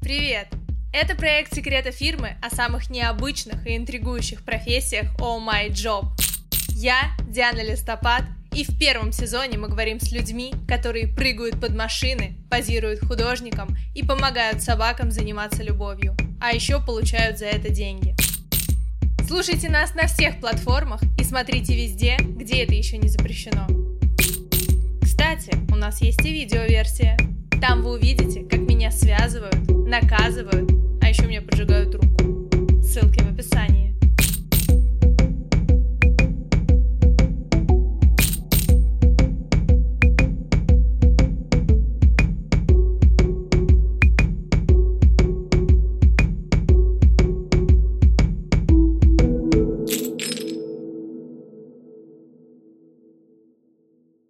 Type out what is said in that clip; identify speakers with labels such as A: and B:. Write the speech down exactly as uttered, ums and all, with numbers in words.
A: Привет! Это проект «Секреты фирмы» о самых необычных и интригующих профессиях Oh My Job. Я Диана Листопад, и в первом сезоне мы говорим с людьми, которые прыгают под машины, позируют художникам и помогают собакам заниматься любовью, а еще получают за это деньги. Слушайте нас на всех платформах и смотрите везде, где это еще не запрещено. Кстати, у нас есть и видеоверсия. Там вы увидите, как меня связывают, наказывают, а еще мне поджигают руку.